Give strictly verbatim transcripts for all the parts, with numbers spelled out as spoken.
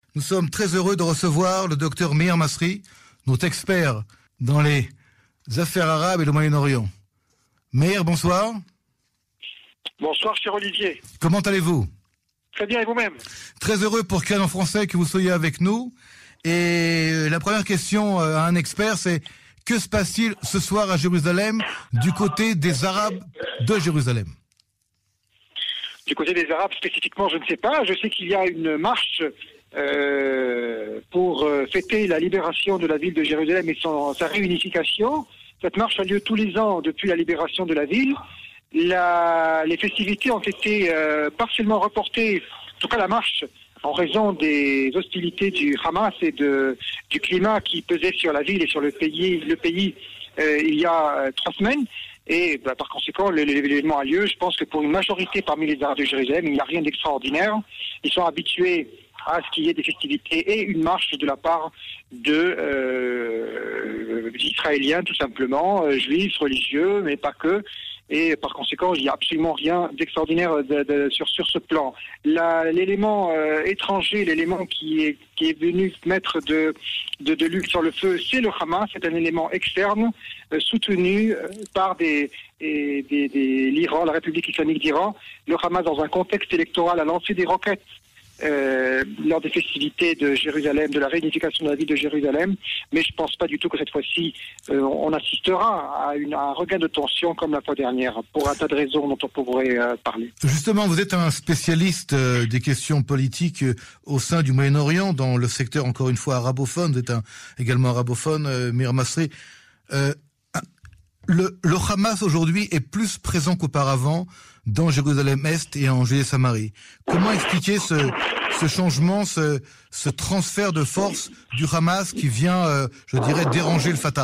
Nous sommes très heureux de recevoir le docteur Meir Masri, notre expert dans les affaires arabes et le Moyen-Orient. Meir, bonsoir. Bonsoir, cher Olivier. Comment allez-vous? Très bien, et vous-même? Très heureux pour Cannes en français que vous soyez avec nous. Et la première question à un expert, c'est que se passe-t-il ce soir à Jérusalem du côté des Arabes de Jérusalem? Du côté des Arabes spécifiquement, je ne sais pas. Je sais qu'il y a une marche euh, pour euh, fêter la libération de la ville de Jérusalem et son, sa réunification. Cette marche a lieu tous les ans depuis la libération de la ville. La, les festivités ont été euh, partiellement reportées, en tout cas la marche, en raison des hostilités du Hamas et de, du climat qui pesait sur la ville et sur le pays, le pays euh, il y a euh, trois semaines. Et bah, par conséquent, l'événement a lieu. Je pense que pour une majorité parmi les Arabes de Jérusalem, il n'y a rien d'extraordinaire. Ils sont habitués à ce qu'il y ait des festivités et une marche de la part de euh, d'Israéliens, tout simplement, euh, juifs, religieux, mais pas que. Et par conséquent, il n'y a absolument rien d'extraordinaire de, de, sur, sur ce plan. La, l'élément euh, étranger, l'élément qui est, qui est venu mettre de, de, de l'huile sur le feu, c'est le Hamas. C'est un élément externe euh, soutenu euh, par des, des, des, des, l'Iran, la République islamique d'Iran. Le Hamas, dans un contexte électoral, a lancé des roquettes Euh, lors des festivités de Jérusalem, de la réunification de la ville de Jérusalem, mais je ne pense pas du tout que cette fois-ci euh, on assistera à, une, à un regain de tension comme la fois dernière, pour un tas de raisons dont on pourrait euh, parler. Justement, vous êtes un spécialiste euh, des questions politiques euh, au sein du Moyen-Orient, dans le secteur encore une fois arabophone. Vous êtes un, également arabophone, euh, Meir Masri. Euh, le, le Hamas aujourd'hui est plus présent qu'auparavant dans Jérusalem-Est et en Judée-Samarie. Comment expliquer ce, ce changement, ce, ce transfert de force du Hamas qui vient, euh, je dirais, déranger le Fatah?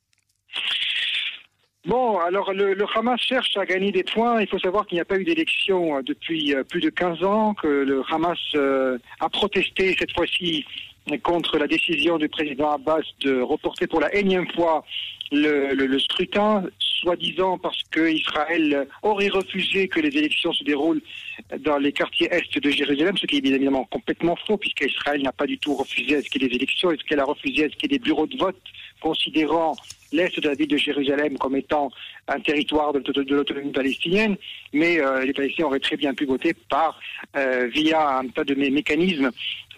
Bon, alors le, le Hamas cherche à gagner des points. Il faut savoir qu'il n'y a pas eu d'élection depuis euh, plus de quinze ans, que le Hamas euh, a protesté cette fois-ci contre la décision du président Abbas de reporter pour la énième fois le, le, le scrutin, soi-disant parce que Israël aurait refusé que les élections se déroulent dans les quartiers est de Jérusalem, ce qui est bien évidemment complètement faux, puisqu'Israël n'a pas du tout refusé à ce qu'il y ait des élections. Est-ce qu'elle a refusé à ce qu'il y ait des bureaux de vote, considérant l'est de la ville de Jérusalem comme étant un territoire de, de, de l'autonomie palestinienne, mais euh, les Palestiniens auraient très bien pu voter par euh, via un tas de mé- mécanismes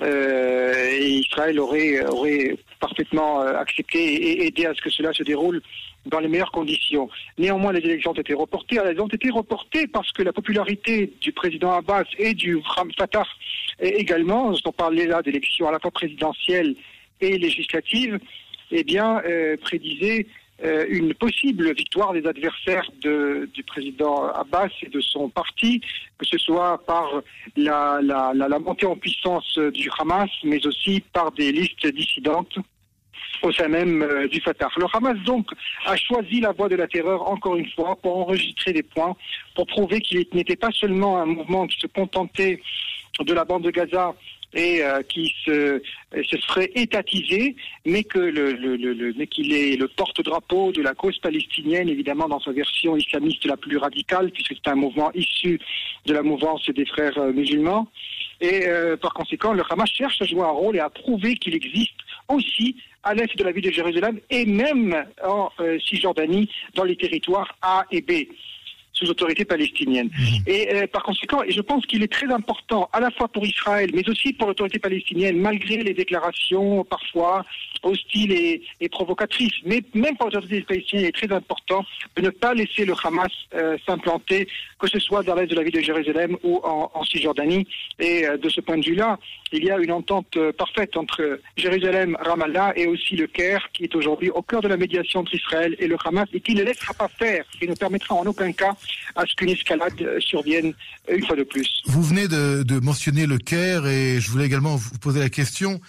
euh, et Israël aurait, aurait parfaitement euh, accepté et aidé à ce que cela se déroule dans les meilleures conditions. Néanmoins, les élections ont été reportées. Elles ont été reportées parce que la popularité du président Abbas et du Fatah également, on parlait là d'élections à la fois présidentielles et législatives, eh bien, euh, prédisait euh, une possible victoire des adversaires de, du président Abbas et de son parti, que ce soit par la, la, la, la montée en puissance du Hamas, mais aussi par des listes dissidentes au sein même euh, du Fatah. Le Hamas, donc, a choisi la voie de la terreur, encore une fois, pour enregistrer des points, pour prouver qu'il n'était pas seulement un mouvement qui se contentait de la bande de Gaza et euh, qui se, se serait étatisé, mais que le, le, le, le mais qu'il est le porte-drapeau de la cause palestinienne, évidemment dans sa version islamiste la plus radicale, puisque c'est un mouvement issu de la mouvance des frères euh, musulmans. Et euh, par conséquent, le Hamas cherche à jouer un rôle et à prouver qu'il existe aussi à l'est de la ville de Jérusalem et même en euh, Cisjordanie, dans les territoires A et B, sous autorité palestinienne. Et euh, par conséquent, et je pense qu'il est très important, à la fois pour Israël, mais aussi pour l'autorité palestinienne, malgré les déclarations parfois hostiles et, et provocatrices, mais même pour l'autorité palestinienne, il est très important de ne pas laisser le Hamas euh, s'implanter, que ce soit dans l'est de la ville de Jérusalem ou en, en Cisjordanie. Et euh, de ce point de vue-là, il y a une entente euh, parfaite entre Jérusalem, Ramallah et aussi le Caire, qui est aujourd'hui au cœur de la médiation entre Israël et le Hamas, et qui ne laissera pas faire, et ne permettra en aucun cas à ce qu'une escalade survienne une fois de plus. Vous venez de, de mentionner le Caire et je voulais également vous poser la question.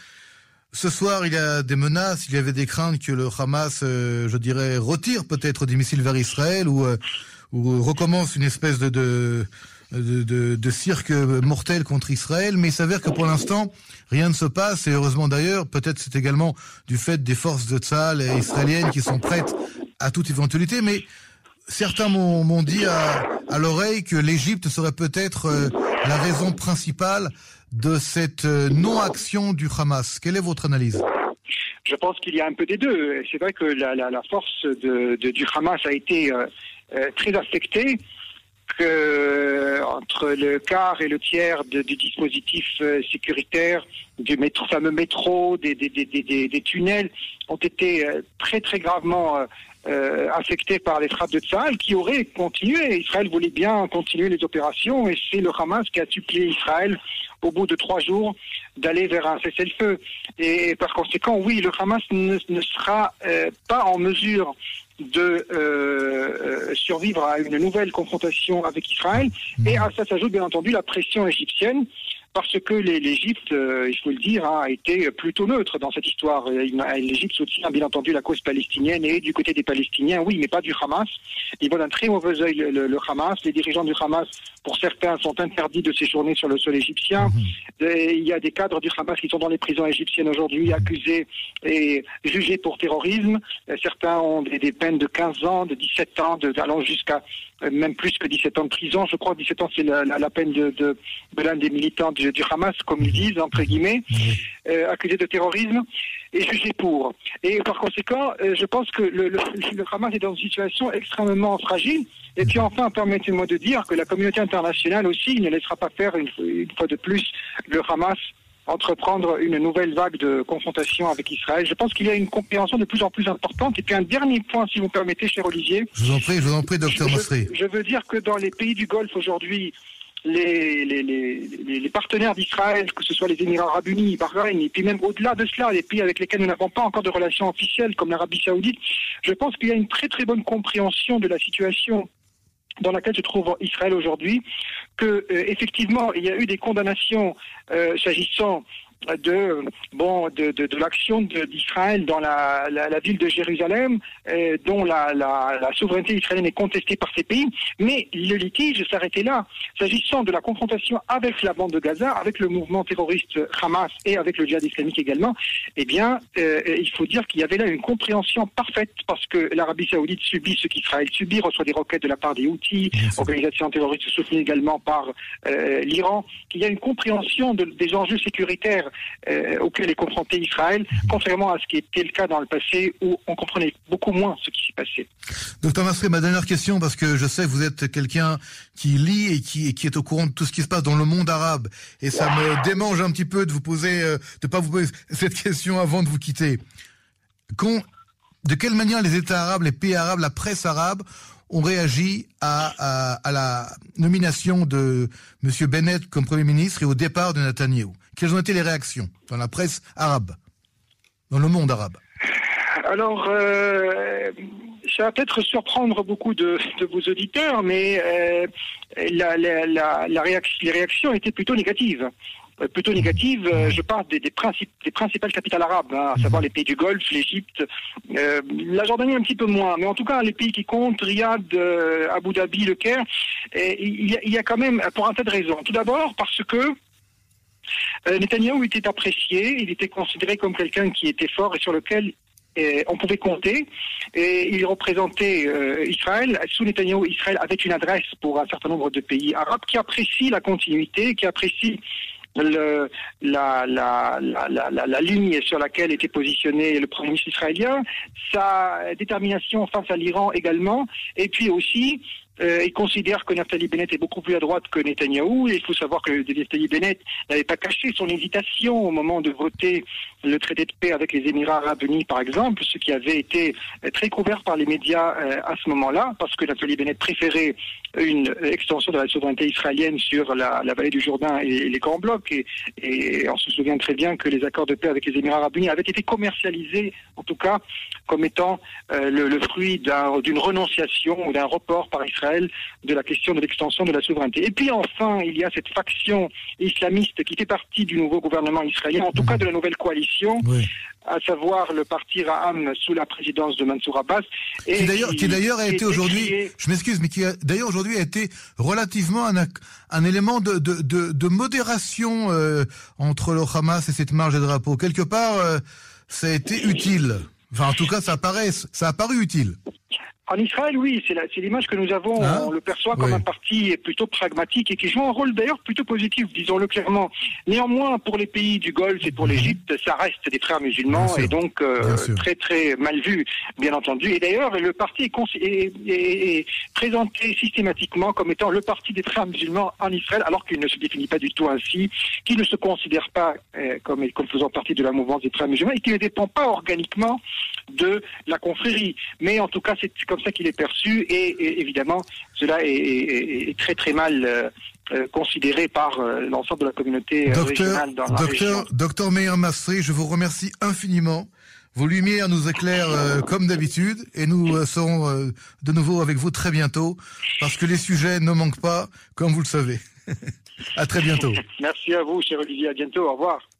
Ce soir, il y a des menaces, il y avait des craintes que le Hamas, euh, je dirais, retire peut-être des missiles vers Israël ou, euh, ou recommence une espèce de, de, de, de, de cirque mortel contre Israël. Mais il s'avère que pour l'instant, rien ne se passe et heureusement d'ailleurs, peut-être c'est également du fait des forces de Tsahal et israéliennes qui sont prêtes à toute éventualité. Mais certains m'ont, m'ont dit à, à l'oreille que l'Égypte serait peut-être euh, la raison principale de cette non-action du Hamas? Quelle est votre analyse? Je pense qu'il y a un peu des deux. C'est vrai que la, la, la force de, de, du Hamas a été euh, euh, très affectée, que euh, entre le quart et le tiers de, du dispositif euh, sécuritaire, du métro, fameux métro, des, des, des, des, des tunnels, ont été euh, très très gravement euh, euh, affectés par les frappes de Tsahal, qui auraient continué. Israël voulait bien continuer les opérations, et c'est le Hamas qui a supplié Israël, au bout de trois jours, d'aller vers un cessez-le-feu. Et, et par conséquent, oui, le Hamas ne, ne sera euh, pas en mesure de euh, euh, survivre à une nouvelle confrontation avec Israël. Et à ça s'ajoute bien entendu la pression égyptienne, parce que l'Égypte, euh, il faut le dire, hein, a été plutôt neutre dans cette histoire. L'Égypte soutient bien entendu la cause palestinienne, et du côté des Palestiniens, oui, mais pas du Hamas. Ils voient d'un très mauvais œil le, le, le Hamas. Les dirigeants du Hamas, pour certains, sont interdits de séjourner sur le sol égyptien. Et il y a des cadres du Hamas qui sont dans les prisons égyptiennes aujourd'hui, accusés et jugés pour terrorisme. Certains ont des, des peines de quinze ans, de dix-sept ans, de, allant jusqu'à euh, même plus que dix-sept ans de prison. Je crois que dix-sept ans, c'est la, la, la peine de, de, de l'un des militants du, du Hamas, comme ils disent, entre guillemets, euh, accusé de terrorisme et jugé pour. Et par conséquent, euh, je pense que le, le, le Hamas est dans une situation extrêmement fragile. Et puis enfin, permettez-moi de dire que la communauté internationale aussi ne laissera pas faire une, une fois de plus le Hamas entreprendre une nouvelle vague de confrontation avec Israël. Je pense qu'il y a une compréhension de plus en plus importante. Et puis un dernier point, si vous me permettez, cher Olivier. Je vous en prie, je vous en prie, docteur Masri. Je, je veux dire que dans les pays du Golfe aujourd'hui, les, les, les, les partenaires d'Israël, que ce soit les Émirats arabes unis, Bahreïn, et puis même au-delà de cela, les pays avec lesquels nous n'avons pas encore de relations officielles, comme l'Arabie saoudite, je pense qu'il y a une très très bonne compréhension de la situation dans laquelle se trouve Israël aujourd'hui, que euh, effectivement il y a eu des condamnations euh, s'agissant de bon de, de, de l'action d'Israël dans la, la, la ville de Jérusalem, euh, dont la, la, la souveraineté israélienne est contestée par ces pays, mais le litige s'arrêtait là. S'agissant de la confrontation avec la bande de Gaza, avec le mouvement terroriste Hamas et avec le djihad islamique également, eh bien euh, il faut dire qu'il y avait là une compréhension parfaite, parce que l'Arabie saoudite subit ce qu'Israël subit, reçoit des roquettes de la part des Houthis, organisation terroriste soutenue également par euh, l'Iran, qu'il y a une compréhension de, des enjeux sécuritaires Euh, auquel est confronté Israël, contrairement à ce qui était le cas dans le passé, où on comprenait beaucoup moins ce qui s'y passait. Docteur Masri, ma dernière question, parce que je sais que vous êtes quelqu'un qui lit et qui, et qui est au courant de tout ce qui se passe dans le monde arabe, et ça me démange un petit peu de vous poser, euh, de pas vous poser cette question avant de vous quitter. Qu'on, de quelle manière les États arabes, les pays arabes, la presse arabe ont réagi à, à, à la nomination de M. Bennett comme Premier ministre et au départ de Netanyahou? Quelles ont été les réactions dans la presse arabe, dans le monde arabe? Alors, euh, ça va peut-être surprendre beaucoup de, de vos auditeurs, mais euh, la, la, la, la réaction, les réactions étaient plutôt négatives. Plutôt négative, euh, je parle des, des, principes, des principales capitales arabes, hein, à savoir les pays du Golfe, l'Égypte, euh, la Jordanie un petit peu moins, mais en tout cas les pays qui comptent, Riyad, euh, Abu Dhabi, le Caire, et il, y a, il y a quand même, pour un tas de raisons. Tout d'abord parce que euh, Netanyahou était apprécié, il était considéré comme quelqu'un qui était fort et sur lequel Et on pouvait compter, et il représentait euh, Israël. Sous Netanyahou, Israël avait une adresse pour un certain nombre de pays arabes qui apprécient la continuité, qui apprécient le, la, la, la, la, la ligne sur laquelle était positionné le Premier ministre israélien, sa détermination face à l'Iran également, et puis aussi Euh, il considère que Naftali Bennett est beaucoup plus à droite que Netanyahou. Et il faut savoir que Naftali Bennett n'avait pas caché son hésitation au moment de voter le traité de paix avec les Émirats arabes unis, par exemple, ce qui avait été très couvert par les médias euh, à ce moment-là, parce que Naftali Bennett préférait une extension de la souveraineté israélienne sur la, la vallée du Jourdain et, et les grands blocs. Et, et on se souvient très bien que les accords de paix avec les Émirats arabes unis avaient été commercialisés, en tout cas, comme étant euh, le, le fruit d'un, d'une renonciation ou d'un report par Israël de la question de l'extension de la souveraineté. Et puis enfin, il y a cette faction islamiste qui fait partie du nouveau gouvernement israélien, en tout cas de la nouvelle coalition, oui. à savoir le parti Ra'am sous la présidence de Mansour Abbas. Et qui d'ailleurs, qui, qui d'ailleurs a été aujourd'hui, décrié... je m'excuse, mais qui a d'ailleurs aujourd'hui a été relativement un, un élément de, de, de, de modération euh, entre le Hamas et cette marge de drapeau. Quelque part, euh, ça a été utile. Enfin, en tout cas, ça apparaît, ça a paru utile. En Israël, oui, c'est, la, c'est l'image que nous avons. Ah, on le perçoit comme oui. un parti plutôt pragmatique et qui joue un rôle d'ailleurs plutôt positif, disons-le clairement. Néanmoins, pour les pays du Golfe et pour mmh. l'Égypte, ça reste des frères musulmans et donc euh, très très mal vu, bien entendu. Et d'ailleurs, le parti est, cons- est, est, est présenté systématiquement comme étant le parti des frères musulmans en Israël, alors qu'il ne se définit pas du tout ainsi, qu'il ne se considère pas euh, comme, comme faisant partie de la mouvance des frères musulmans et qui ne dépend pas organiquement de la confrérie. Mais en tout cas, c'est comme ça qu'il est perçu et, et évidemment, cela est, est, est très très mal euh, euh, considéré par euh, l'ensemble de la communauté euh, régionale dans la docteur, région. Docteur Meir Masri, je vous remercie infiniment. Vos lumières nous éclairent euh, comme d'habitude et nous euh, serons euh, de nouveau avec vous très bientôt parce que les sujets ne manquent pas, comme vous le savez. À très bientôt. Merci à vous, cher Olivier. À bientôt. Au revoir.